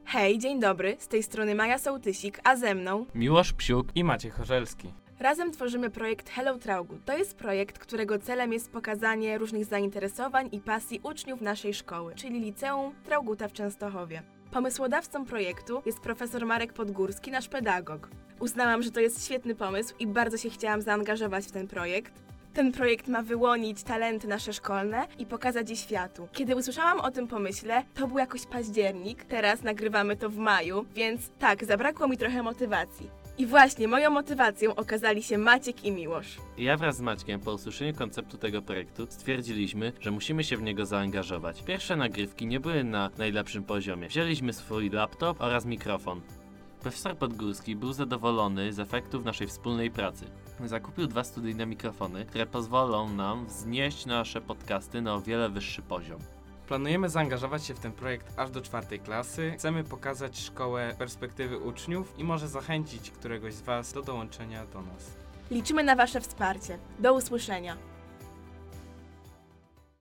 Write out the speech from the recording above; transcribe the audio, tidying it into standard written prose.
Hej, dzień dobry, z tej strony Maja Sołtysik, a ze mną Miłosz Psiuk i Maciej Chorzelski. razem tworzymy projekt Hello Traugut. To jest projekt, którego celem jest pokazanie różnych zainteresowań i pasji uczniów naszej szkoły, czyli Liceum Trauguta w Częstochowie. Pomysłodawcą projektu jest profesor Marek Podgórski, nasz pedagog. Uznałam, że to jest świetny pomysł i bardzo się chciałam zaangażować w ten projekt. Ten projekt ma wyłonić talenty nasze szkolne i pokazać je światu. Kiedy usłyszałam o tym pomyśle, to był jakoś październik, teraz nagrywamy to w maju, więc tak, zabrakło mi trochę motywacji. I właśnie moją motywacją okazali się Maciek i Miłosz. Ja wraz z Maćkiem po usłyszeniu konceptu tego projektu stwierdziliśmy, że musimy się w niego zaangażować. Pierwsze nagrywki nie były na najlepszym poziomie. Wzięliśmy swój laptop oraz mikrofon. Profesor Podgórski był zadowolony z efektów naszej wspólnej pracy. Zakupił 2 studyjne mikrofony, które pozwolą nam wznieść nasze podcasty na o wiele wyższy poziom. Planujemy zaangażować się w ten projekt aż do 4. klasy. Chcemy pokazać szkołę z perspektywy uczniów i może zachęcić któregoś z Was do dołączenia do nas. Liczymy na Wasze wsparcie. Do usłyszenia.